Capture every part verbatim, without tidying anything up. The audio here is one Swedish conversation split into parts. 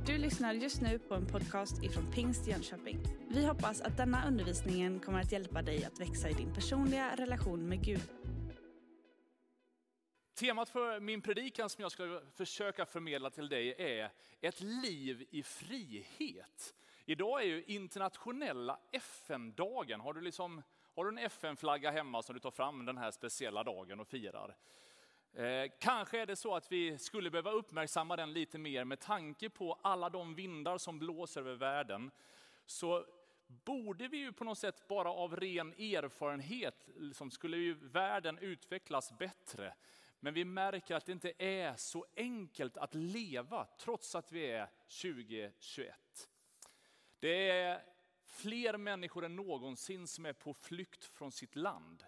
Du lyssnar just nu på en podcast ifrån Pingst Jönköping. Vi hoppas att denna undervisning kommer att hjälpa dig att växa i din personliga relation med Gud. Temat för min predikan som jag ska försöka förmedla till dig är ett liv i frihet. Idag är ju internationella F N-dagen. Har du, liksom, har du en F N-flagga hemma som du tar fram den här speciella dagen och firar? Eh, kanske är det så att vi skulle behöva uppmärksamma den lite mer med tanke på alla de vindar som blåser över världen. Så borde vi ju på något sätt bara av ren erfarenhet, liksom skulle ju världen utvecklas bättre. Men vi märker att det inte är så enkelt att leva trots att vi är tjugo tjugoett. Det är fler människor än någonsin som är på flykt från sitt land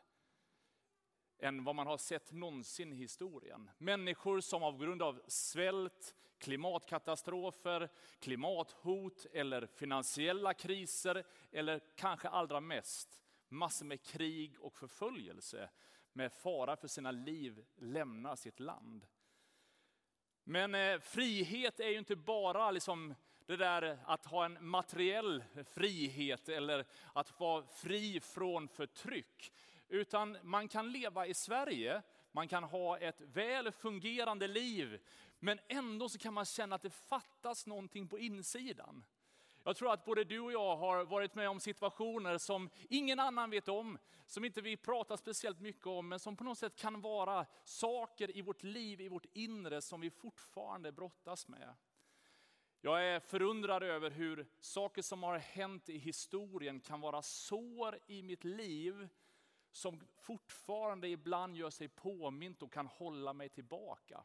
än vad man har sett någonsin i historien. Människor som av grund av svält, klimatkatastrofer, klimathot eller finansiella kriser eller kanske allra mest massor med krig och förföljelse med fara för sina liv lämnar sitt land. Men eh, frihet är ju inte bara liksom det där att ha en materiell frihet eller att vara fri från förtryck. Utan man kan leva i Sverige, man kan ha ett väl fungerande liv, men ändå så kan man känna att det fattas någonting på insidan. Jag tror att både du och jag har varit med om situationer som ingen annan vet om, som inte vi pratar speciellt mycket om, men som på något sätt kan vara saker i vårt liv, i vårt inre som vi fortfarande brottas med. Jag är förundrad över hur saker som har hänt i historien kan vara sår i mitt liv som fortfarande ibland gör sig påmint och kan hålla mig tillbaka.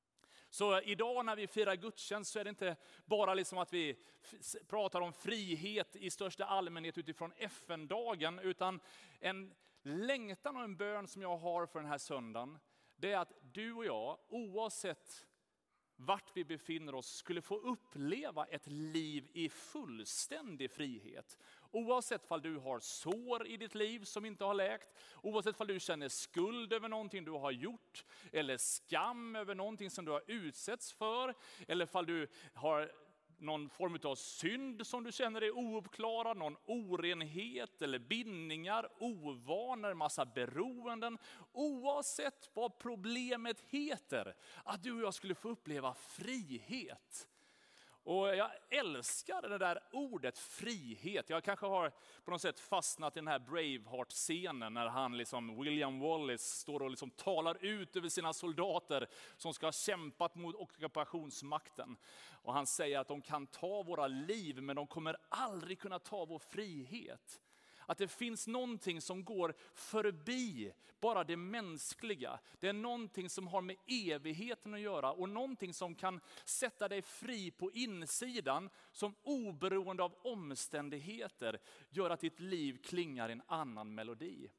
Så idag när vi firar gudstjänst så är det inte bara liksom att vi pratar om frihet i största allmänhet utifrån F N-dagen, utan en längtan och en bön som jag har för den här söndagen, det är att du och jag, oavsett vart vi befinner oss, skulle få uppleva ett liv i fullständig frihet. Oavsett om du har sår i ditt liv som inte har läkt, oavsett om du känner skuld över någonting du har gjort, eller skam över någonting som du har utsätts för, eller om du har någon form av synd som du känner är ouppklarad, någon orenhet eller bindningar, ovanor, massa beroenden. Oavsett vad problemet heter, att du och jag skulle få uppleva frihet. Och jag älskar det där ordet frihet. Jag kanske har på något sätt fastnat i den här Braveheart-scenen när han liksom, William Wallace står och liksom talar ut över sina soldater som ska ha kämpat mot ockupationsmakten. Och han säger att de kan ta våra liv men de kommer aldrig kunna ta vår frihet. Att det finns någonting som går förbi bara det mänskliga. Det är någonting som har med evigheten att göra och någonting som kan sätta dig fri på insidan som oberoende av omständigheter gör att ditt liv klingar en annan melodi.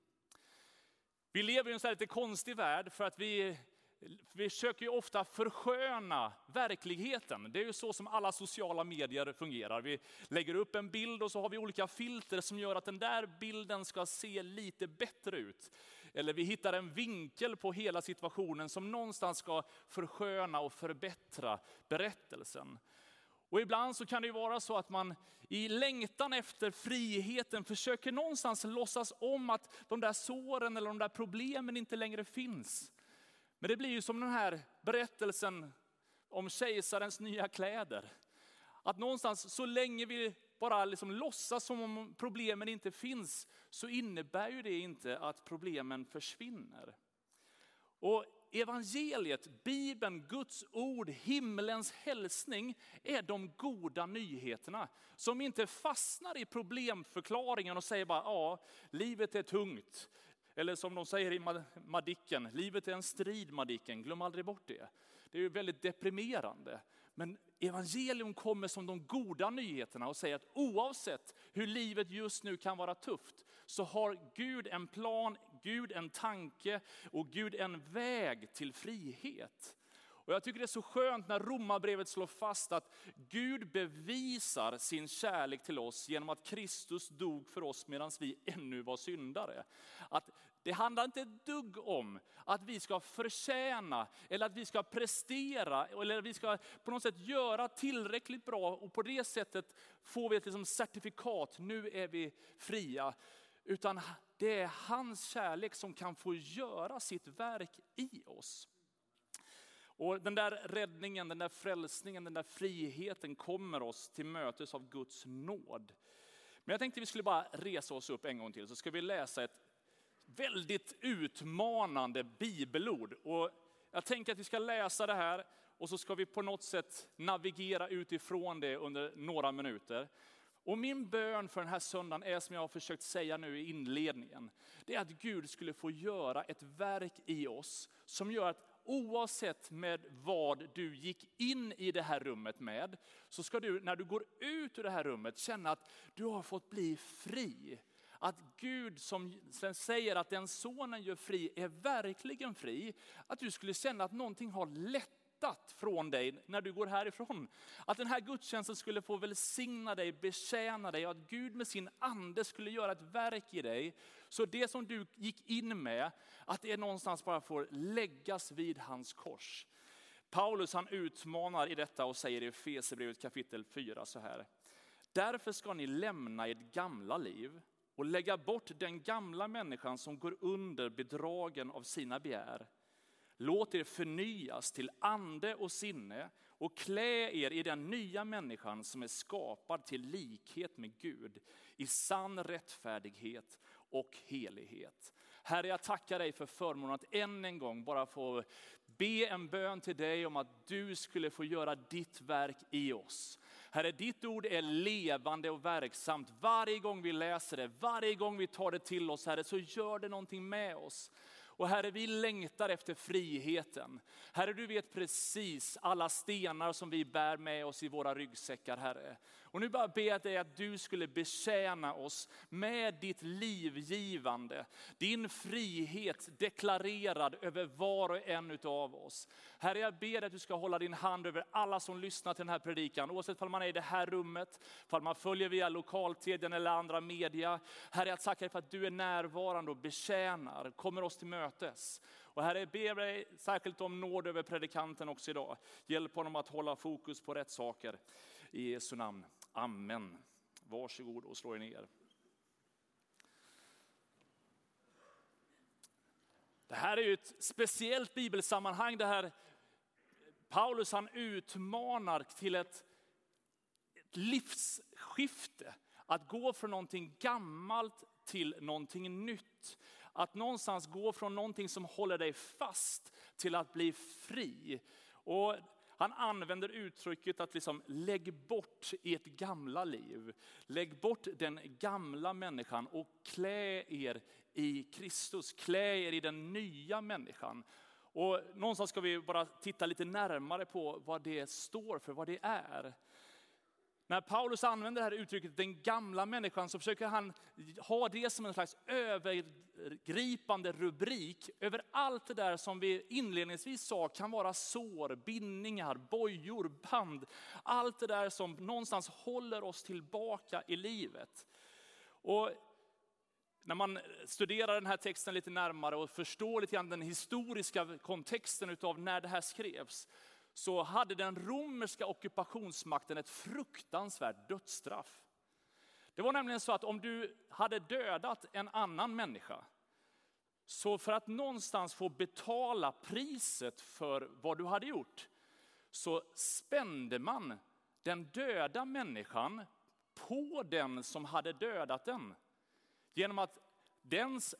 Vi lever i en så här lite konstig värld för att vi... Vi försöker ju ofta försköna verkligheten. Det är ju så som alla sociala medier fungerar. Vi lägger upp en bild och så har vi olika filter som gör att den där bilden ska se lite bättre ut. Eller vi hittar en vinkel på hela situationen som någonstans ska försköna och förbättra berättelsen. Och ibland så kan det ju vara så att man i längtan efter friheten försöker någonstans låtsas om att de där såren eller de där problemen inte längre finns. Men det blir ju som den här berättelsen om kejsarens nya kläder. Att någonstans så länge vi bara liksom låtsas som om problemen inte finns så innebär ju det inte att problemen försvinner. Och evangeliet, Bibeln, Guds ord, himmelens hälsning är de goda nyheterna. Som inte fastnar i problemförklaringen och säger bara ja, livet är tungt. Eller som de säger i Madicken, livet är en strid Madicken, glöm aldrig bort det. Det är ju väldigt deprimerande. Men evangelium kommer som de goda nyheterna och säger att oavsett hur livet just nu kan vara tufft så har Gud en plan, Gud en tanke och Gud en väg till frihet. Och jag tycker det är så skönt när Romarbrevet slår fast att Gud bevisar sin kärlek till oss genom att Kristus dog för oss medan vi ännu var syndare. Att Det handlar inte ett dugg om att vi ska förtjäna eller att vi ska prestera eller att vi ska på något sätt göra tillräckligt bra och på det sättet får vi ett liksom certifikat, nu är vi fria. Utan det är hans kärlek som kan få göra sitt verk i oss. Och den där räddningen, den där frälsningen, den där friheten kommer oss till mötes av Guds nåd. Men jag tänkte vi skulle bara resa oss upp en gång till så ska vi läsa ett väldigt utmanande bibelord. Och jag tänker att vi ska läsa det här och så ska vi på något sätt navigera utifrån det under några minuter. Och min bön för den här söndagen är som jag har försökt säga nu i inledningen. Det är att Gud skulle få göra ett verk i oss som gör att oavsett med vad du gick in i det här rummet med, så ska du när du går ut ur det här rummet känna att du har fått bli fri. Att Gud som sen säger att den sonen gör fri är verkligen fri. Att du skulle känna att någonting har lättat från dig när du går härifrån. Att den här gudstjänsten skulle få välsigna dig, betjäna dig. Och att Gud med sin ande skulle göra ett verk i dig. Så det som du gick in med, att det någonstans bara får läggas vid hans kors. Paulus han utmanar i detta och säger i Efesierbrevet kapitel fyra så här. Därför ska ni lämna ert gamla liv och lägga bort den gamla människan som går under bedragen av sina begär. Låt er förnyas till ande och sinne och klä er i den nya människan som är skapad till likhet med Gud i sann rättfärdighet och helighet. Herre, jag tackar dig för förmånen att än en gång bara få be en bön till dig om att du skulle få göra ditt verk i oss. Herre, ditt ord är levande och verksamt. Varje gång vi läser det, varje gång vi tar det till oss, Herre, så gör det någonting med oss. Och Herre, vi längtar efter friheten. Herre, du vet precis alla stenar som vi bär med oss i våra ryggsäckar, Herre. Och nu bara ber jag dig att du skulle betjäna oss med ditt livgivande. Din frihet deklarerad över var och en utav oss. Herre, jag ber att du ska hålla din hand över alla som lyssnar till den här predikan. Oavsett om man är i det här rummet, om man följer via lokaltiden eller andra media. Herre, jag tackar dig för att du är närvarande och betjänar, kommer oss till mötes. Och Herre, jag ber dig särskilt om nåd över predikanten också idag. Hjälp honom att hålla fokus på rätt saker. I Jesu namn. Amen. Varsågod och slå er ner. Det här är ju ett speciellt bibelsammanhang. Det här Paulus han utmanar till ett, ett livsskifte. Att gå från någonting gammalt till någonting nytt. Att någonstans gå från någonting som håller dig fast till att bli fri. Och han använder uttrycket att liksom lägg bort ert gamla liv. Lägg bort den gamla människan och klä er i Kristus. Klä er i den nya människan. Och någonstans ska vi bara titta lite närmare på vad det står för, vad det är. När Paulus använder det här uttrycket, den gamla människan, så försöker han ha det som en slags övergripande rubrik över allt det där som vi inledningsvis sa kan vara sår, bindningar, bojor, band. Allt det där som någonstans håller oss tillbaka i livet. Och när man studerar den här texten lite närmare och förstår lite grann den historiska kontexten utav när det här skrevs, så hade den romerska ockupationsmakten ett fruktansvärt dödsstraff. Det var nämligen så att om du hade dödat en annan människa, så för att någonstans få betala priset för vad du hade gjort, så spände man den döda människan på den som hade dödat den. Genom att dens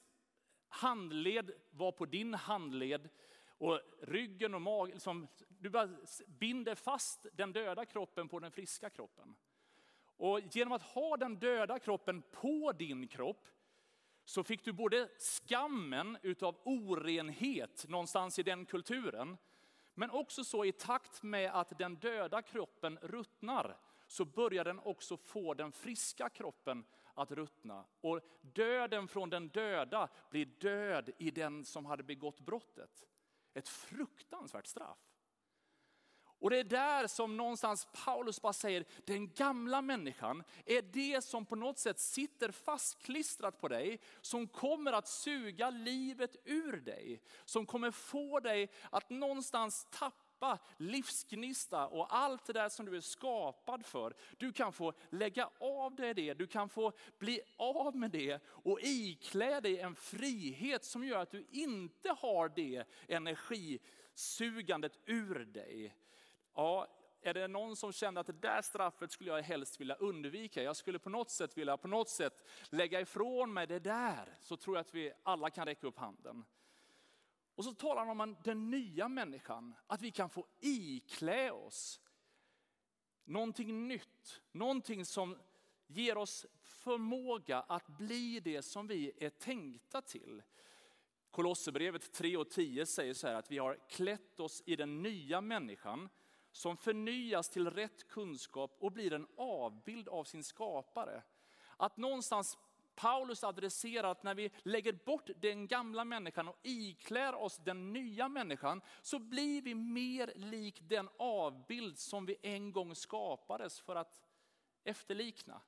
handled var på din handled och ryggen och magen, liksom, du bara binder fast den döda kroppen på den friska kroppen. Och genom att ha den döda kroppen på din kropp så fick du både skammen utav orenhet någonstans i den kulturen, men också så i takt med att den döda kroppen ruttnar så börjar den också få den friska kroppen att ruttna. Och döden från den döda blir död i den som hade begått brottet. Ett fruktansvärt straff. Och det är där som någonstans Paulus bara säger, den gamla människan är det som på något sätt sitter fastklistrat på dig. Som kommer att suga livet ur dig. Som kommer få dig att någonstans tappa livsgnista och allt det där som du är skapad för. Du kan få lägga av dig det, du kan få bli av med det och iklä dig en frihet som gör att du inte har det energisugandet ur dig. Ja, är det någon som känner att det där straffet skulle jag helst vilja undvika. Jag skulle på något sätt vilja på något sätt lägga ifrån mig det där. Så tror jag att vi alla kan räcka upp handen. Och så talar han om den nya människan. Att vi kan få iklä oss någonting nytt. Någonting som ger oss förmåga att bli det som vi är tänkta till. Kolosserbrevet tre och tio säger så här att vi har klätt oss i den nya människan. Som förnyas till rätt kunskap och blir en avbild av sin skapare. Att någonstans Paulus adresserar att när vi lägger bort den gamla människan och iklär oss den nya människan. Så blir vi mer lik den avbild som vi en gång skapades för att efterlikna.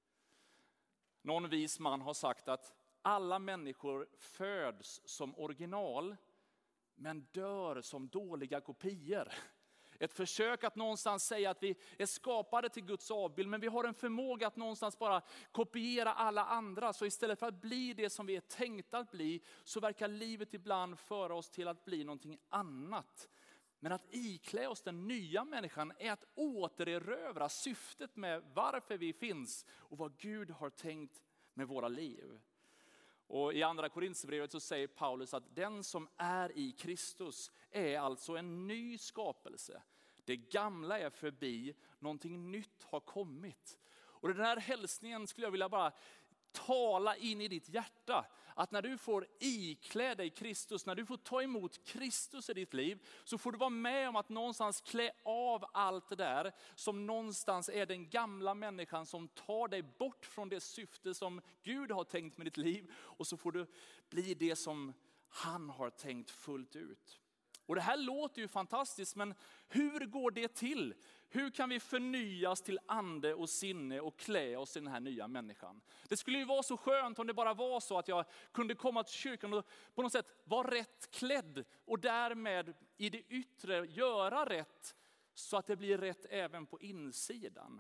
Någon vis man har sagt att alla människor föds som original men dör som dåliga kopior. Ett försök att någonstans säga att vi är skapade till Guds avbild. Men vi har en förmåga att någonstans bara kopiera alla andra. Så istället för att bli det som vi är tänkta att bli. Så verkar livet ibland föra oss till att bli någonting annat. Men att iklä oss den nya människan är att återerövra syftet med varför vi finns. Och vad Gud har tänkt med våra liv. Och i andra Korinthierbrevet så säger Paulus att den som är i Kristus är alltså en ny skapelse. Det gamla är förbi, någonting nytt har kommit. Och den här hälsningen skulle jag vilja bara tala in i ditt hjärta. Att när du får iklä dig Kristus, när du får ta emot Kristus i ditt liv. Så får du vara med om att någonstans klä av allt det där. Som någonstans är den gamla människan som tar dig bort från det syfte som Gud har tänkt med ditt liv. Och så får du bli det som han har tänkt fullt ut. Och det här låter ju fantastiskt, men hur går det till? Hur kan vi förnyas till ande och sinne och klä oss i den här nya människan? Det skulle ju vara så skönt om det bara var så att jag kunde komma till kyrkan och på något sätt vara rätt klädd. Och därmed i det yttre göra rätt så att det blir rätt även på insidan.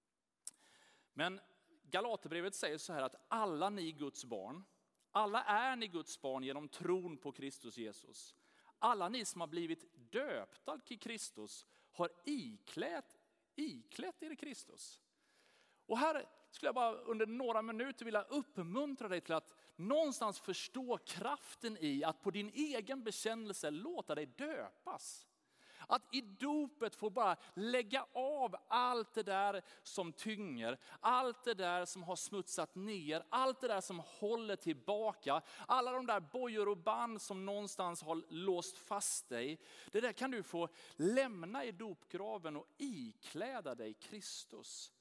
Men Galaterbrevet säger så här att alla ni Guds barn, alla är ni Guds barn genom tron på Kristus Jesus. Alla ni som har blivit döpta till Kristus har iklätt, iklätt er Kristus. Och här skulle jag bara under några minuter vilja uppmuntra dig till att någonstans förstå kraften i att på din egen bekännelse låta dig döpas. Att i dopet få bara lägga av allt det där som tynger. Allt det där som har smutsat ner. Allt det där som håller tillbaka. Alla de där bojor och band som någonstans har låst fast dig. Det där kan du få lämna i dopgraven och ikläda dig Kristus.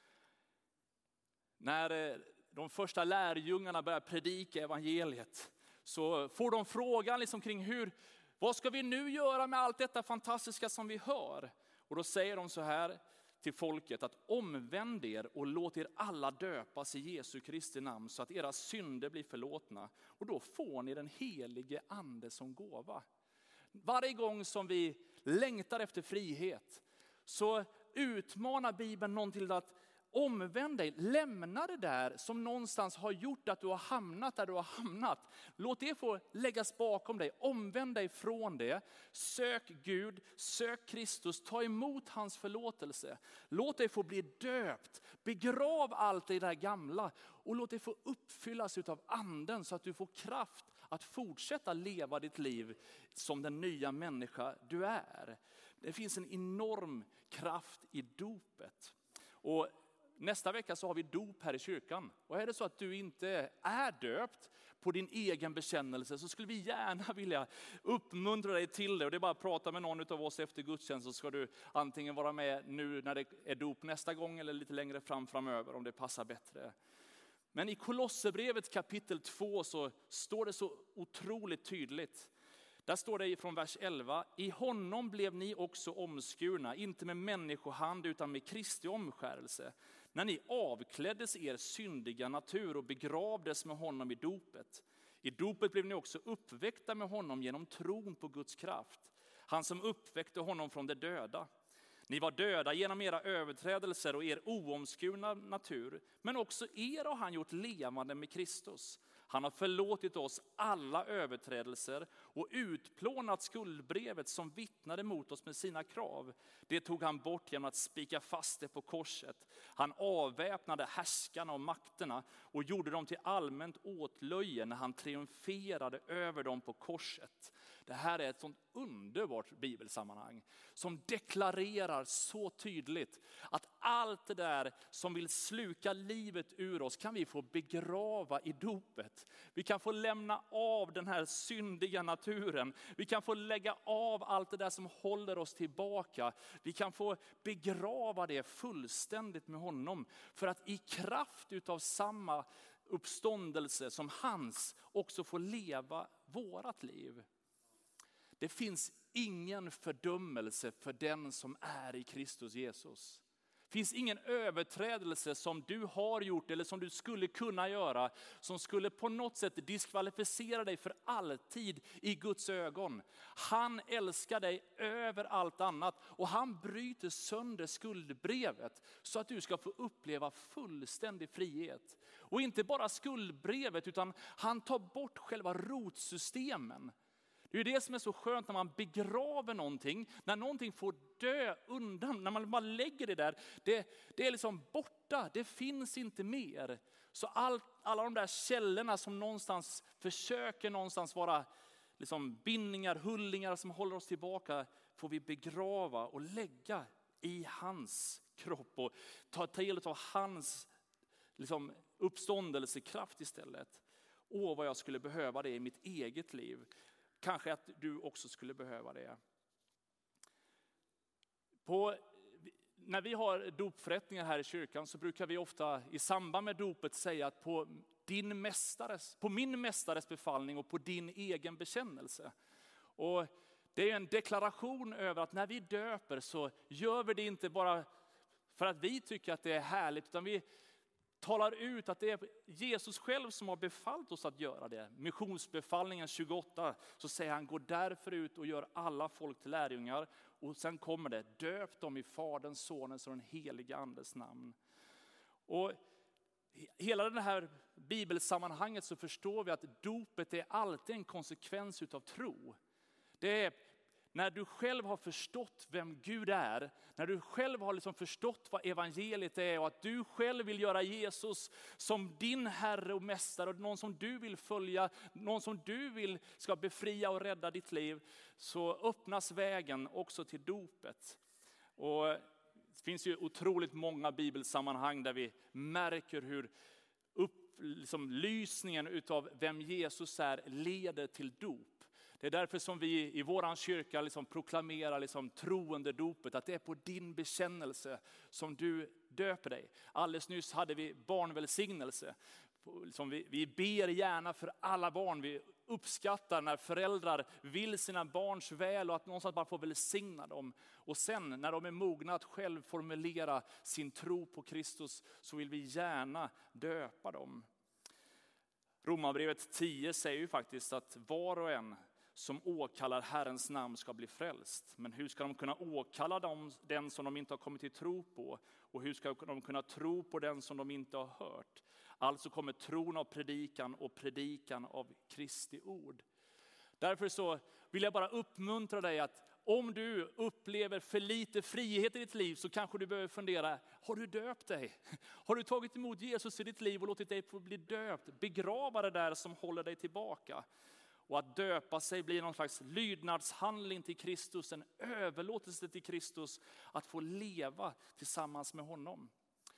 När de första lärjungarna börjar predika evangeliet så får de frågan liksom kring hur... Vad ska vi nu göra med allt detta fantastiska som vi hör? Och då säger de så här till folket att omvänd er och låt er alla döpas i Jesu Kristi namn så att era synder blir förlåtna. Och då får ni den helige ande som gåva. Varje gång som vi längtar efter frihet så utmanar Bibeln någon till att omvänd dig, lämna det där som någonstans har gjort att du har hamnat där du har hamnat. Låt det få läggas bakom dig, omvänd dig från det. Sök Gud, sök Kristus, ta emot hans förlåtelse. Låt dig få bli döpt, begrav allt det där gamla och låt dig få uppfyllas av anden så att du får kraft att fortsätta leva ditt liv som den nya människa du är. Det finns en enorm kraft i dopet. Och nästa vecka så har vi dop här i kyrkan. Och är det så att du inte är döpt på din egen bekännelse så skulle vi gärna vilja uppmuntra dig till det. Och det är bara att prata med någon av oss efter gudstjänst så ska du antingen vara med nu när det är dop nästa gång eller lite längre fram framöver om det passar bättre. Men i Kolosserbrevet kapitel två så står det så otroligt tydligt. Där står det från vers elva. I honom blev ni också omskurna, inte med människohand utan med Kristi omskärelse. När ni avkläddes er syndiga natur och begravdes med honom i dopet. I dopet blev ni också uppväckta med honom genom tron på Guds kraft. Han som uppväckte honom från de döda. Ni var döda genom era överträdelser och er oomskurna natur. Men också er har han gjort levande med Kristus. Han har förlåtit oss alla överträdelser och utplånat skuldbrevet som vittnade mot oss med sina krav. Det tog han bort genom att spika fast det på korset. Han avväpnade härskarna och makterna och gjorde dem till allmänt åtlöje när han triumferade över dem på korset. Det här är ett sånt underbart bibelsammanhang som deklarerar så tydligt att allt det där som vill sluka livet ur oss kan vi få begrava i dopet. Vi kan få lämna av den här syndiga naturen. Vi kan få lägga av allt det där som håller oss tillbaka. Vi kan få begrava det fullständigt med honom. För att i kraft utav samma uppståndelse som hans också få leva vårat liv. Det finns ingen fördömelse för den som är i Kristus Jesus. Det finns ingen överträdelse som du har gjort eller som du skulle kunna göra som skulle på något sätt diskvalificera dig för alltid i Guds ögon. Han älskar dig över allt annat och han bryter sönder skuldbrevet så att du ska få uppleva fullständig frihet. Och inte bara skuldbrevet utan han tar bort själva rotsystemen. Det är det som är så skönt när man begraver någonting. När någonting får dö undan. När man bara lägger det där. Det, det är liksom borta. Det finns inte mer. Så all, alla de där källorna som någonstans försöker någonstans vara liksom bindningar, hullingar som håller oss tillbaka. Får vi begrava och lägga i hans kropp. Och ta del av hans liksom, uppståndelsekraft istället. Åh, vad jag skulle behöva det i mitt eget liv. Kanske att du också skulle behöva det. På, när vi har dopförrättningar här i kyrkan så brukar vi ofta i samband med dopet säga att på, din mästares, på min mästares befallning och på din egen bekännelse. Och det är en deklaration över att när vi döper så gör vi det inte bara för att vi tycker att det är härligt utan vi talar ut att det är Jesus själv som har befallt oss att göra det. Missionsbefallningen tjugoåtta så säger han gå därför ut och gör alla folk till lärjungar. Och sen kommer det döp dem i Faderns, Sonens och den heliga Andes namn. Och hela det här bibelsammanhanget så förstår vi att dopet är alltid en konsekvens utav tro. Det är när du själv har förstått vem Gud är, när du själv har liksom förstått vad evangeliet är och att du själv vill göra Jesus som din Herre och Mästare och någon som du vill följa, någon som du vill ska befria och rädda ditt liv, så öppnas vägen också till dopet. Och det finns ju otroligt många bibelsammanhang där vi märker hur upp, liksom, lysningen utav vem Jesus är leder till dop. Det är därför som vi i våran kyrka liksom proklamerar liksom troende dopet. Att det är på din bekännelse som du döper dig. Alldeles nyss hade vi barnvälsignelse. Som vi, vi ber gärna för alla barn. Vi uppskattar när föräldrar vill sina barns väl och att någonstans bara får välsigna dem. Och sen när de är mogna att själv formulera sin tro på Kristus så vill vi gärna döpa dem. Romarbrevet tio säger ju faktiskt att var och en som åkallar Herrens namn ska bli frälst. Men hur ska de kunna åkalla dem, den som de inte har kommit till tro på? Och hur ska de kunna tro på den som de inte har hört? Alltså kommer tron av predikan och predikan av Kristi ord. Därför så vill jag bara uppmuntra dig att om du upplever för lite frihet i ditt liv så kanske du behöver fundera, har du döpt dig? Har du tagit emot Jesus i ditt liv och låtit dig få bli döpt? Begrava det där som håller dig tillbaka. Och att döpa sig blir någon slags lydnadshandling till Kristus, en överlåtelse till Kristus att få leva tillsammans med honom.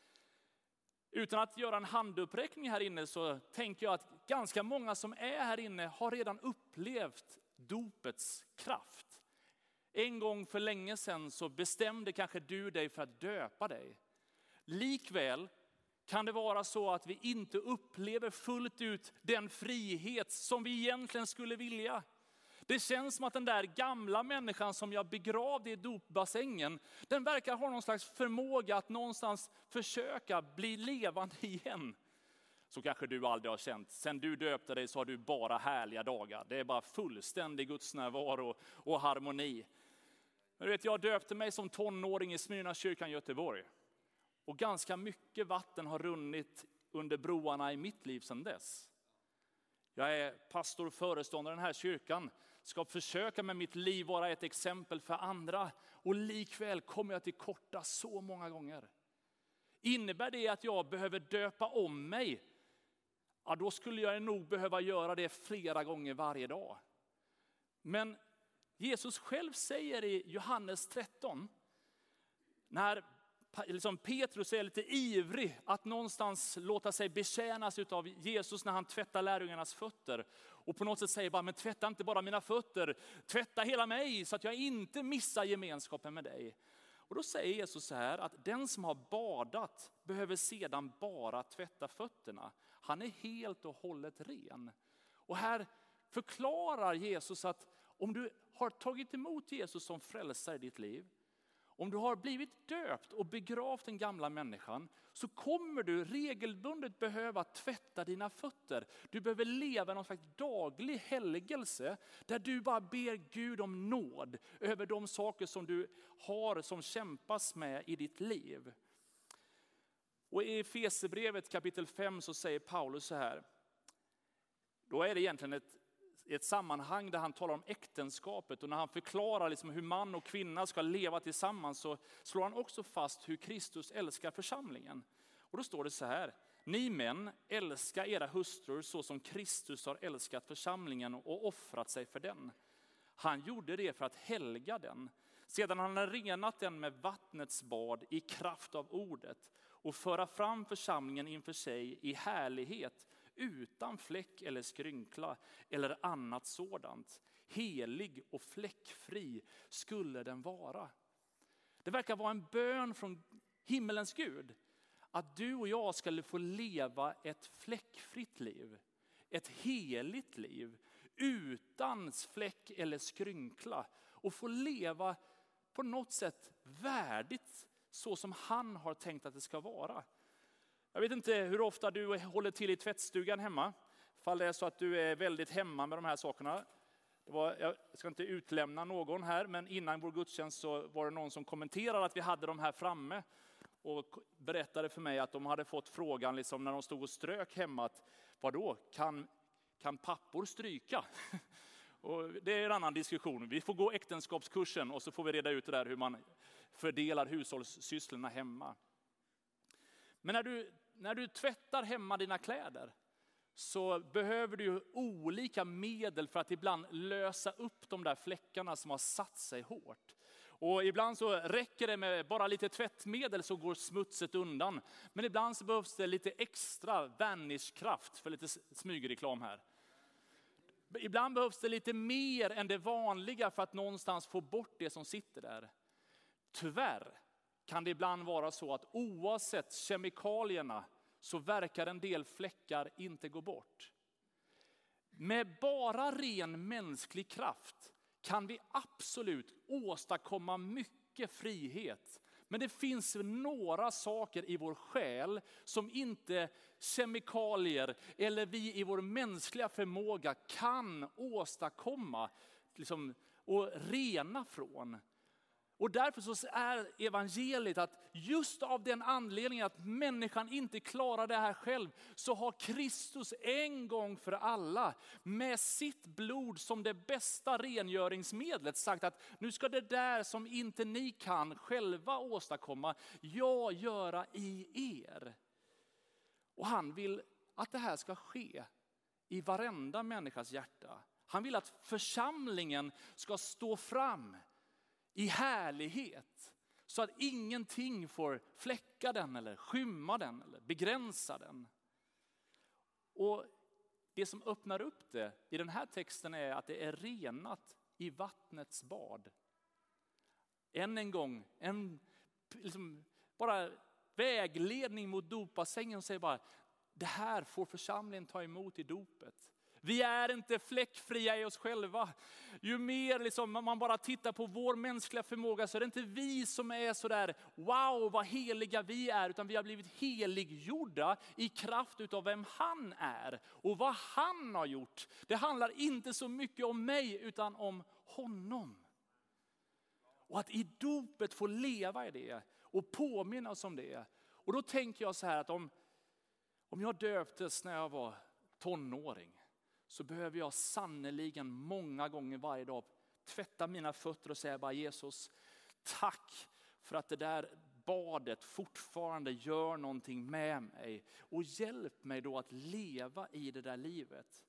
Utan att göra en handuppräckning här inne så tänker jag att ganska många som är här inne har redan upplevt dopets kraft. En gång för länge sedan så bestämde kanske du dig för att döpa dig. Likväl kan det vara så att vi inte upplever fullt ut den frihet som vi egentligen skulle vilja. Det känns som att den där gamla människan som jag begravde i dopbassängen, den verkar ha någon slags förmåga att någonstans försöka bli levande igen. Så kanske du aldrig har känt. Sen du döpte dig så har du bara härliga dagar. Det är bara fullständig gudsnärvaro och harmoni. Men du vet, jag döpte mig som tonåring i Smyrna kyrkan i Göteborg. Och ganska mycket vatten har runnit under broarna i mitt liv sedan dess. Jag är pastor och föreståndare i den här kyrkan. Ska försöka med mitt liv vara ett exempel för andra. Och likväl kommer jag till korta så många gånger. Innebär det att jag behöver döpa om mig? Ja, då skulle jag nog behöva göra det flera gånger varje dag. Men Jesus själv säger i Johannes tretton, när liksom Petrus är lite ivrig att någonstans låta sig betjänas av Jesus när han tvättar lärjungarnas fötter. Och på något sätt säger bara, men tvätta inte bara mina fötter, tvätta hela mig så att jag inte missar gemenskapen med dig. Och då säger Jesus så här, att den som har badat behöver sedan bara tvätta fötterna. Han är helt och hållet ren. Och här förklarar Jesus att om du har tagit emot Jesus som frälsare i ditt liv, om du har blivit döpt och begravt den gamla människan, så kommer du regelbundet behöva tvätta dina fötter. Du behöver leva någon slags daglig helgelse där du bara ber Gud om nåd över de saker som du har, som kämpas med i ditt liv. Och i Efesierbrevet kapitel fem så säger Paulus så här. Då är det egentligen ett ett sammanhang där han talar om äktenskapet, och när han förklarar liksom hur man och kvinna ska leva tillsammans, så slår han också fast hur Kristus älskar församlingen. Och då står det så här: ni män, älskar era hustrur så som Kristus har älskat församlingen och offrat sig för den. Han gjorde det för att helga den, sedan han har renat den med vattnets bad i kraft av ordet, och föra fram församlingen inför sig i härlighet, utan fläck eller skrynkla eller annat sådant. Helig och fläckfri skulle den vara. Det verkar vara en bön från himmelens Gud att du och jag skulle få leva ett fläckfritt liv. Ett heligt liv utan fläck eller skrynkla. Och få leva på något sätt värdigt så som han har tänkt att det ska vara. Jag vet inte hur ofta du håller till i tvättstugan hemma. Fall det är så att du är väldigt hemma med de här sakerna. Det var, jag ska inte utlämna någon här, men innan vår gudstjänst så var det någon som kommenterade att vi hade de här framme. Och berättade för mig att de hade fått frågan liksom när de stod och strök hemma. Att, vadå, kan, kan pappor stryka? Och det är en annan diskussion. Vi får gå äktenskapskursen och så får vi reda ut det där hur man fördelar hushållssysslorna hemma. Men när du, när du tvättar hemma dina kläder så behöver du olika medel för att ibland lösa upp de där fläckarna som har satt sig hårt. Och ibland så räcker det med bara lite tvättmedel så går smutset undan. Men ibland så behövs det lite extra vanishkraft, för lite smygreklam här. Ibland behövs det lite mer än det vanliga för att någonstans få bort det som sitter där. Tyvärr kan det ibland vara så att oavsett kemikalierna så verkar en del fläckar inte gå bort. Med bara ren mänsklig kraft kan vi absolut åstadkomma mycket frihet. Men det finns några saker i vår själ som inte kemikalier eller vi i vår mänskliga förmåga kan åstadkomma liksom, och rena från. Och därför så är evangeliet att just av den anledningen att människan inte klarar det här själv, så har Kristus en gång för alla med sitt blod som det bästa rengöringsmedlet sagt att nu ska det där som inte ni kan själva åstadkomma, jag göra i er. Och han vill att det här ska ske i varenda människas hjärta. Han vill att församlingen ska stå fram i härlighet, så att ingenting får fläcka den eller skymma den eller begränsa den. Och det som öppnar upp det i den här texten är att det är renat i vattnets bad. Än en gång, en liksom bara vägledning mot dopbassängen och säger bara, det här får församlingen ta emot i dopet. Vi är inte fläckfria i oss själva. Ju mer liksom man bara tittar på vår mänskliga förmåga så är det inte vi som är så där, wow vad heliga vi är. Utan vi har blivit heliggjorda i kraft utav vem han är. Och vad han har gjort. Det handlar inte så mycket om mig utan om honom. Och att i dopet få leva i det och påminna oss om det. Och då tänker jag så här att om, om jag döptes när jag var tonåring. Så behöver jag sannoliken många gånger varje dag tvätta mina fötter och säga bara Jesus, tack för att det där badet fortfarande gör någonting med mig. Och hjälp mig då att leva i det där livet.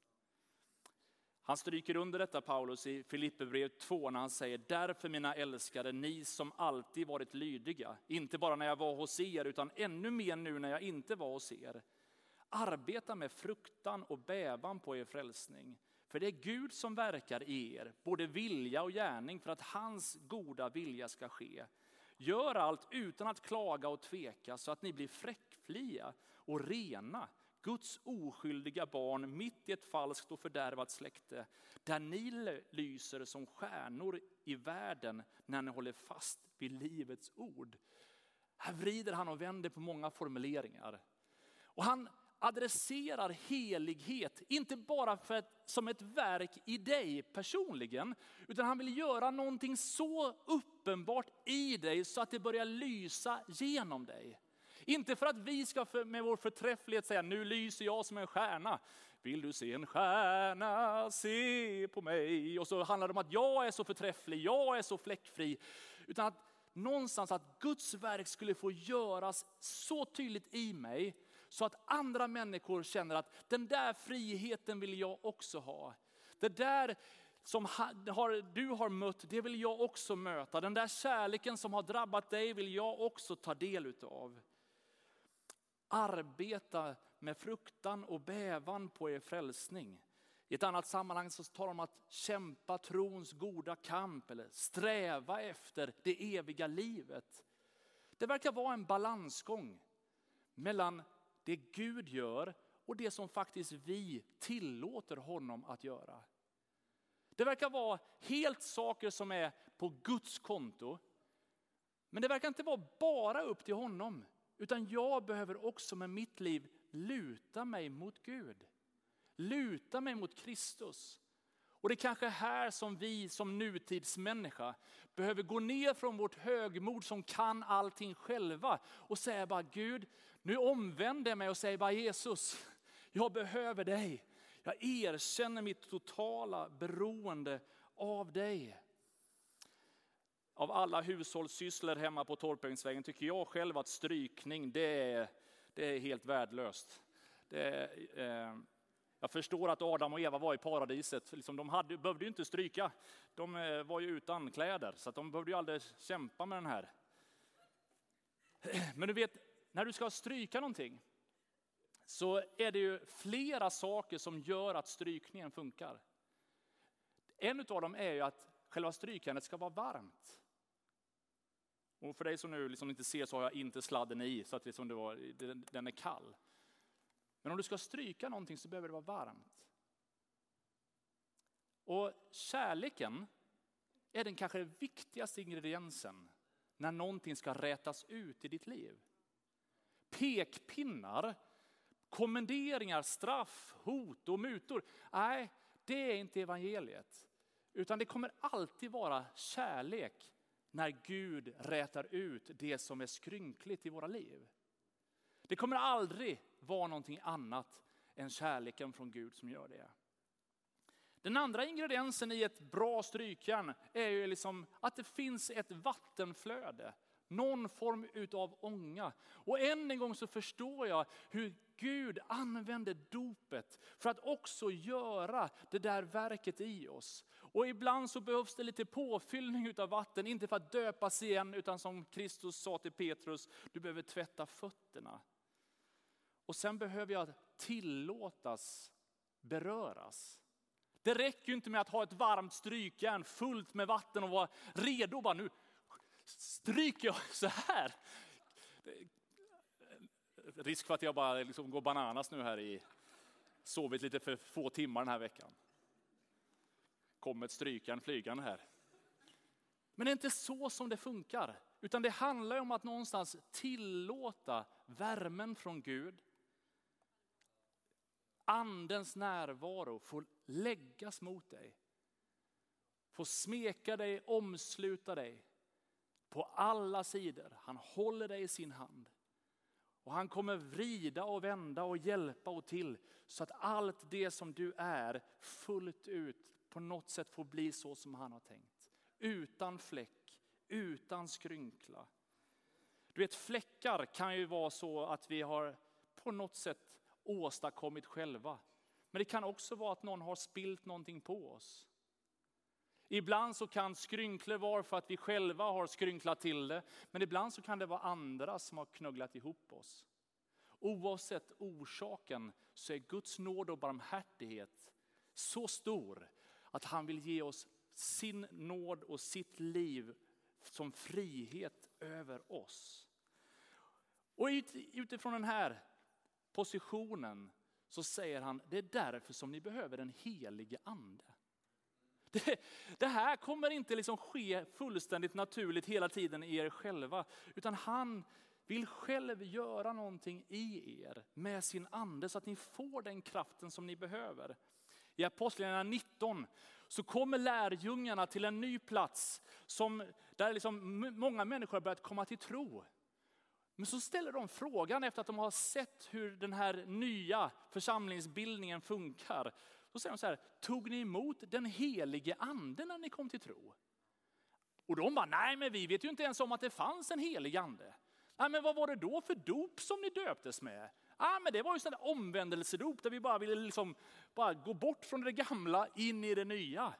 Han stryker under detta Paulus i Filipperbrevet två när han säger, därför mina älskade, ni som alltid varit lydiga, inte bara när jag var hos er utan ännu mer nu när jag inte var hos er. Arbeta med fruktan och bävan på er frälsning. För det är Gud som verkar i er, både vilja och gärning för att hans goda vilja ska ske. Gör allt utan att klaga och tveka så att ni blir fräckfria och rena. Guds oskyldiga barn mitt i ett falskt och fördärvat släkte. Där ni lyser som stjärnor i världen när ni håller fast vid livets ord. Här vrider han och vänder på många formuleringar. Och han adresserar helighet, inte bara för ett, som ett verk i dig personligen, utan han vill göra någonting så uppenbart i dig så att det börjar lysa genom dig. Inte för att vi ska för, med vår förträfflighet säga, nu lyser jag som en stjärna. Vill du se en stjärna, se på mig. Och så handlar det om att jag är så förträfflig, jag är så fläckfri. Utan att någonstans att Guds verk skulle få göras så tydligt i mig. Så att andra människor känner att den där friheten vill jag också ha. Det där som har, du har mött, det vill jag också möta. Den där kärleken som har drabbat dig vill jag också ta del utav. Arbeta med fruktan och bävan på er frälsning. I ett annat sammanhang så talar de om att kämpa trons goda kamp eller sträva efter det eviga livet. Det verkar vara en balansgång mellan det Gud gör och det som faktiskt vi tillåter honom att göra. Det verkar vara helt saker som är på Guds konto. Men det verkar inte vara bara upp till honom. Utan jag behöver också med mitt liv luta mig mot Gud. Luta mig mot Kristus. Och det är kanske här som vi som nutidsmänniska behöver gå ner från vårt högmod som kan allting själva. Och säga bara Gud, nu omvänder jag mig och säger bara Jesus, jag behöver dig. Jag erkänner mitt totala beroende av dig. Av alla hushållssysslor hemma på Torpängsvägen tycker jag själv att strykning det är, det är helt värdelöst. Det är, eh, jag förstår att Adam och Eva var i paradiset. Liksom de hade, behövde ju inte stryka. De eh, var ju utan kläder så att de behövde ju aldrig kämpa med den här. Men du vet, när du ska stryka någonting så är det ju flera saker som gör att strykningen funkar. En av dem är ju att själva strykandet ska vara varmt. Och för dig som nu liksom inte ser så har jag inte sladden i så att det som det var, den är kall. Men om du ska stryka någonting så behöver det vara varmt. Och kärleken är den kanske viktigaste ingrediensen när någonting ska rätas ut i ditt liv. Pekpinnar, kommenderingar, straff, hot och mutor. Nej, det är inte evangeliet. Utan det kommer alltid vara kärlek när Gud rätar ut det som är skrynkligt i våra liv. Det kommer aldrig vara någonting annat än kärleken från Gud som gör det. Den andra ingrediensen i ett bra strykjärn är ju liksom att det finns ett vattenflöde. Någon form utav ånga. Och än en gång så förstår jag hur Gud använder dopet för att också göra det där verket i oss. Och ibland så behövs det lite påfyllning utav vatten. Inte för att döpas igen utan som Kristus sa till Petrus. Du behöver tvätta fötterna. Och sen behöver jag tillåtas beröras. Det räcker ju inte med att ha ett varmt strykjärn fullt med vatten och vara redo. Bara nu stryker jag så här. Risk för att jag bara liksom går bananas nu här i. Sovit lite för få timmar den här veckan. Kom ett strykan flygande här. Men det är inte så som det funkar. Utan det handlar om att någonstans tillåta värmen från Gud. Andens närvaro får läggas mot dig. Får smeka dig, omsluta dig. På alla sidor. Han håller dig i sin hand. Och han kommer vrida och vända och hjälpa och till. Så att allt det som du är fullt ut på något sätt får bli så som han har tänkt. Utan fläck, utan skrynkla. Du vet, fläckar kan ju vara så att vi har på något sätt åstadkommit själva. Men det kan också vara att någon har spilt någonting på oss. Ibland så kan skrynklor vara för att vi själva har skrynklat till det. Men ibland så kan det vara andra som har knögglat ihop oss. Oavsett orsaken så är Guds nåd och barmhärtighet så stor att han vill ge oss sin nåd och sitt liv som frihet över oss. Och utifrån den här positionen så säger han, det är därför som ni behöver den helige ande. Det, det här kommer inte liksom ske fullständigt naturligt hela tiden i er själva. Utan han vill själv göra någonting i er med sin ande så att ni får den kraften som ni behöver. I Apostlagärningarna nitton så kommer lärjungarna till en ny plats som, där liksom många människor har börjat komma till tro. Men så ställer de frågan efter att de har sett hur den här nya församlingsbildningen funkar. Så säger de så här, tog ni emot den helige ande när ni kom till tro? Och de bara, nej men vi vet ju inte ens om att det fanns en helig ande. Nej men vad var det då för dop som ni döptes med? Ja, men det var ju sån där omvändelsedop där vi bara ville liksom bara gå bort från det gamla in i det nya.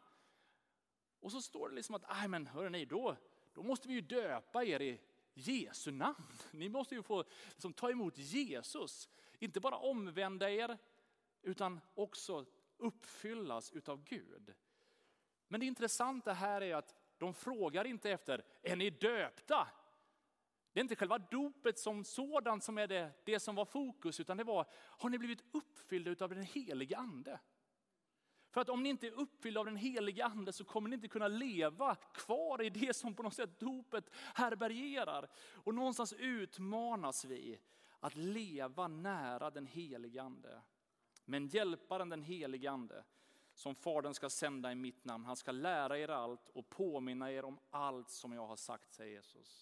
Och så står det liksom att, nej men hörrni, då, då måste vi ju döpa er i Jesu namn. Ni måste ju få liksom, ta emot Jesus. Inte bara omvända er utan också uppfyllas utav Gud. Men det intressanta här är att de frågar inte efter, är ni döpta? Det är inte själva dopet som sådant som är det, det som var fokus, utan det var, har ni blivit uppfyllda av den helige ande? För att om ni inte är uppfyllda av den helige ande så kommer ni inte kunna leva kvar i det som på något sätt dopet härbärgerar. Och någonstans utmanas vi att leva nära den helige ande. Men hjälparen den helige ande som Fadern ska sända i mitt namn, han ska lära er allt och påminna er om allt som jag har sagt, säger Jesus.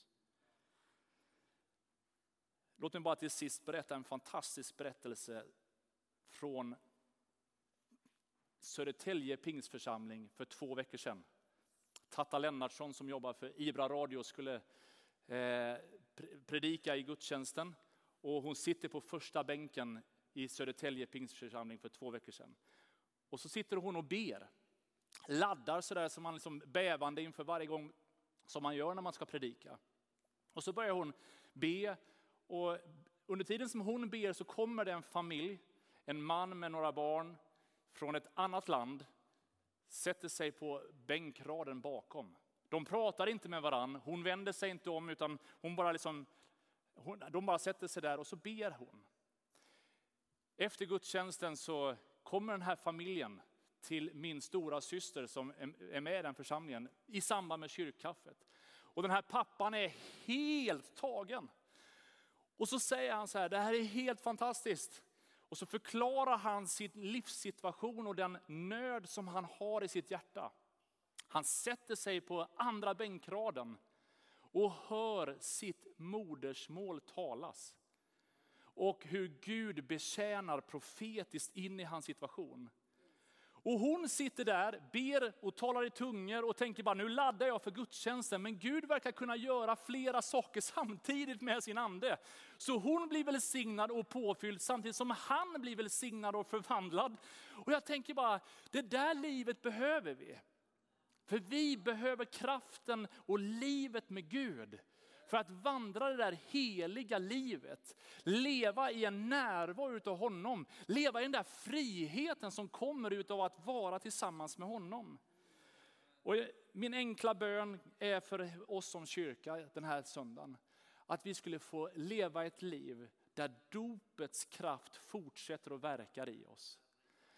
Låt mig bara till sist berätta en fantastisk berättelse från Södertälje Pingstförsamling för två veckor sedan. Tatta Lennartsson som jobbar för Ibra Radio skulle eh, predika i gudstjänsten. Och hon sitter på första bänken i Södertälje Pingstförsamling för två veckor sedan. Och så sitter hon och ber. Laddar sådär som man liksom bävande inför varje gång som man gör när man ska predika. Och så börjar hon be. Och under tiden som hon ber så kommer det en familj, en man med några barn från ett annat land, sätter sig på bänkraden bakom. De pratar inte med varann, hon vänder sig inte om utan hon bara liksom, hon, de bara sätter sig där och så ber hon. Efter gudstjänsten så kommer den här familjen till min stora syster som är med i den församlingen i samband med kyrkkaffet. Och den här pappan är helt tagen. Och så säger han så här, det här är helt fantastiskt. Och så förklarar han sin livssituation och den nöd som han har i sitt hjärta. Han sätter sig på andra bänkraden och hör sitt modersmål talas. Och hur Gud betjänar profetiskt in i hans situation. Och hon sitter där, ber och talar i tungor och tänker bara, nu laddar jag för gudstjänsten. Men Gud verkar kunna göra flera saker samtidigt med sin ande. Så hon blir välsignad och påfylld samtidigt som han blir välsignad och förvandlad. Och jag tänker bara, det där livet behöver vi. För vi behöver kraften och livet med Gud. För att vandra det där heliga livet. Leva i en närvaro utav honom. Leva i den där friheten som kommer utav att vara tillsammans med honom. Och min enkla bön är för oss som kyrka den här söndagen. Att vi skulle få leva ett liv där dopets kraft fortsätter att verka i oss.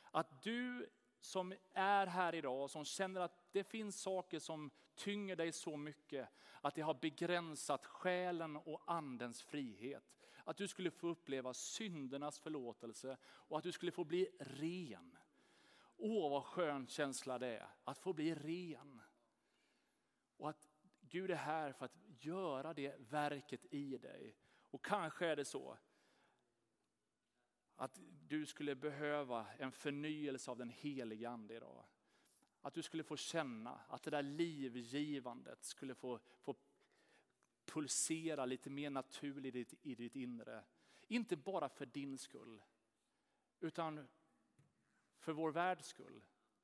Att du som är här idag, som känner att det finns saker som tynger dig så mycket att det har begränsat själen och andens frihet. Att du skulle få uppleva syndernas förlåtelse och att du skulle få bli ren. Åh, vad skön känsla det är att få bli ren. Och att Gud är här för att göra det verket i dig. Och kanske är det så att du skulle behöva en förnyelse av den heliga ande idag. Att du skulle få känna att det där livgivandet skulle få, få pulsera lite mer naturligt i ditt, i ditt inre. Inte bara för din skull, utan för vår världs skull.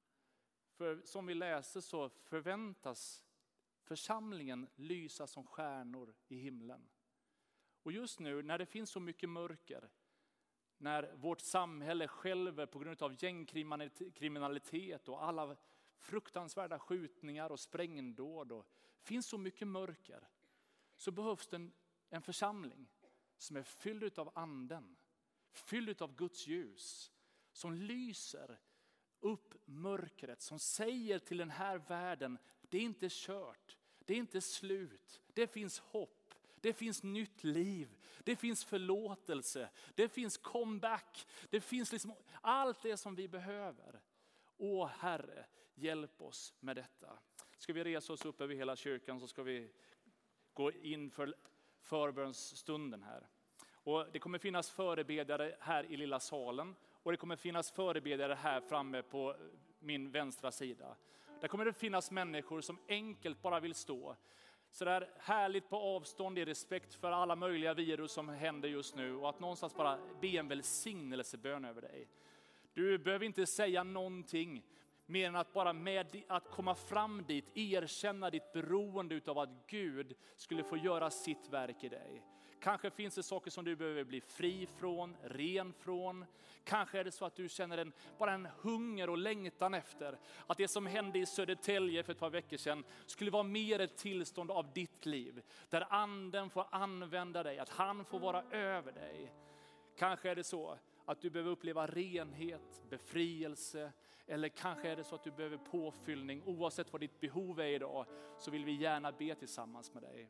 För som vi läser så förväntas församlingen lysa som stjärnor i himlen. Och just nu när det finns så mycket mörker, när vårt samhälle skälver på grund av gängkriminalitet och alla fruktansvärda skjutningar och sprängdåd och finns så mycket mörker, så behövs det en, en församling som är fylld av anden, fylld av Guds ljus, som lyser upp mörkret, som säger till den här världen: det är inte kört, det är inte slut, det finns hopp. Det finns nytt liv, det finns förlåtelse, det finns comeback, det finns liksom allt det som vi behöver. Åh Herre, hjälp oss med detta. Ska vi resa oss upp över hela kyrkan så ska vi gå in för förbönsstunden här. Och det kommer finnas förebedjare här i lilla salen och det kommer finnas förebedjare här framme på min vänstra sida. Där kommer det finnas människor som enkelt bara vill stå. Så där härligt på avstånd i respekt för alla möjliga virus som händer just nu. Och att någonstans bara be en välsignelsebön över dig. Du behöver inte säga någonting mer än att bara med att komma fram dit erkänna ditt beroende av att Gud skulle få göra sitt verk i dig. Kanske finns det saker som du behöver bli fri från, ren från. Kanske är det så att du känner en, bara en hunger och längtan efter att det som hände i Södertälje för ett par veckor sedan skulle vara mer ett tillstånd av ditt liv. Där anden får använda dig, att han får vara över dig. Kanske är det så att du behöver uppleva renhet, befrielse. Eller kanske är det så att du behöver påfyllning. Oavsett vad ditt behov är idag så vill vi gärna be tillsammans med dig.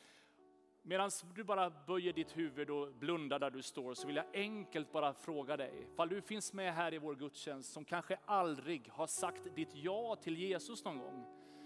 Medan du bara böjer ditt huvud och blundar där du står så vill jag enkelt bara fråga dig. Fall du finns med här i vår gudstjänst som kanske aldrig har sagt ditt ja till Jesus någon gång.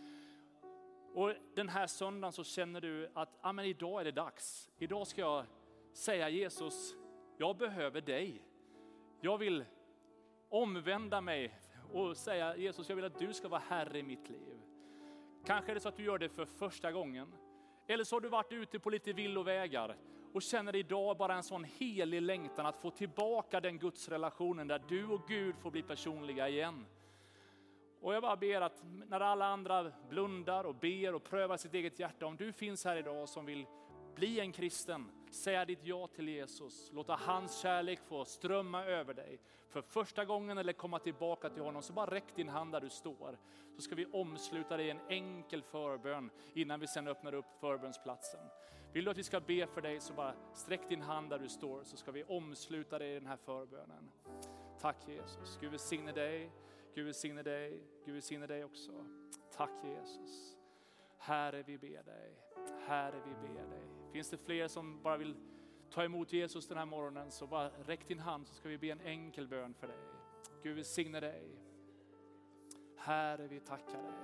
Och den här söndagen så känner du att ah, men idag är det dags. Idag ska jag säga Jesus, jag behöver dig. Jag vill omvända mig och säga Jesus, jag vill att du ska vara herre i mitt liv. Kanske är det så att du gör det för första gången. Eller så har du varit ute på lite villovägar och känner idag bara en sån helig längtan att få tillbaka den Guds relationen där du och Gud får bli personliga igen. Och jag bara ber att när alla andra blundar och ber och prövar sitt eget hjärta, om du finns här idag som vill bli en kristen, säga ditt ja till Jesus. Låta hans kärlek få strömma över dig. För första gången eller komma tillbaka till honom, så bara räck din hand där du står. Så ska vi omsluta dig i en enkel förbön innan vi sen öppnar upp förbönsplatsen. Vill du att vi ska be för dig så bara sträck din hand där du står, så ska vi omsluta dig i den här förbönen. Tack Jesus. Gud välsigne dig. Gud välsigne dig. Gud välsigne dig också. Tack Jesus. Herre, vi ber dig. Herre, vi ber dig. Finns det fler som bara vill ta emot Jesus den här morgonen, så bara räck din hand så ska vi be en enkel bön för dig. Gud välsigne dig. Herre, vi tackar dig.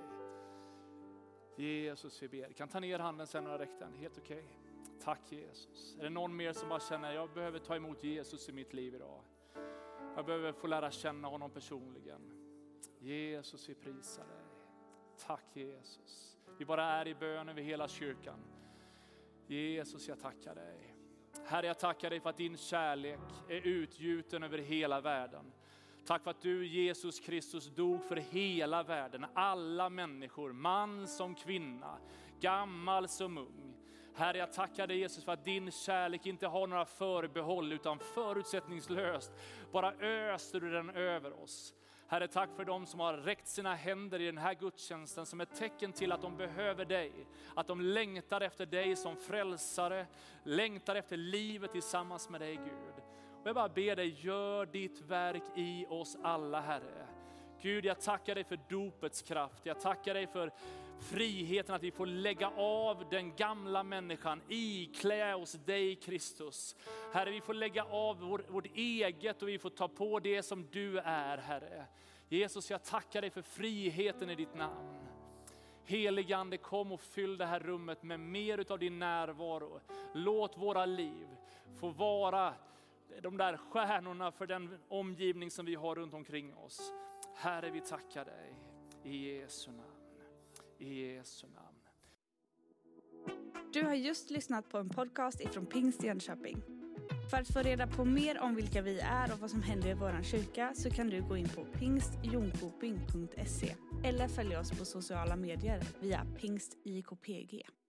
Jesus, vi ber. Du kan ta ner handen sen och räcka den. Helt okej. Okay. Tack Jesus. Är det någon mer som bara känner jag behöver ta emot Jesus i mitt liv idag? Jag behöver få lära känna honom personligen. Jesus, vi prisar dig. Tack Jesus. Vi bara är i bön över hela kyrkan. Jesus, jag tackar dig. Herre, jag tackar dig för att din kärlek är utgjuten över hela världen. Tack för att du, Jesus Kristus, dog för hela världen. Alla människor, man som kvinna, gammal som ung. Herre, jag tackar dig Jesus för att din kärlek inte har några förbehåll utan förutsättningslöst bara öser du den över oss. Herre, tack för dem som har räckt sina händer i den här gudstjänsten som ett tecken till att de behöver dig. Att de längtar efter dig som frälsare, längtar efter livet tillsammans med dig Gud. Och jag bara ber dig, gör ditt verk i oss alla, Herre. Gud, jag tackar dig för dopets kraft. Jag tackar dig för friheten att vi får lägga av den gamla människan, iklä oss dig Kristus. Herre, vi får lägga av vår, vårt eget och vi får ta på det som du är, Herre. Jesus, jag tackar dig för friheten i ditt namn. Helige Ande, kom och fyll det här rummet med mer utav din närvaro. Låt våra liv få vara de där stjärnorna för den omgivning som vi har runt omkring oss. Herre, vi tackar dig i Jesu namn. I Jesu namn. Du har just lyssnat på en podcast ifrån Pingst Jönköping. För att få reda på mer om vilka vi är och vad som händer i våran kyrka så kan du gå in på pingst jonkoping punkt se eller följa oss på sociala medier via pingst I K P G.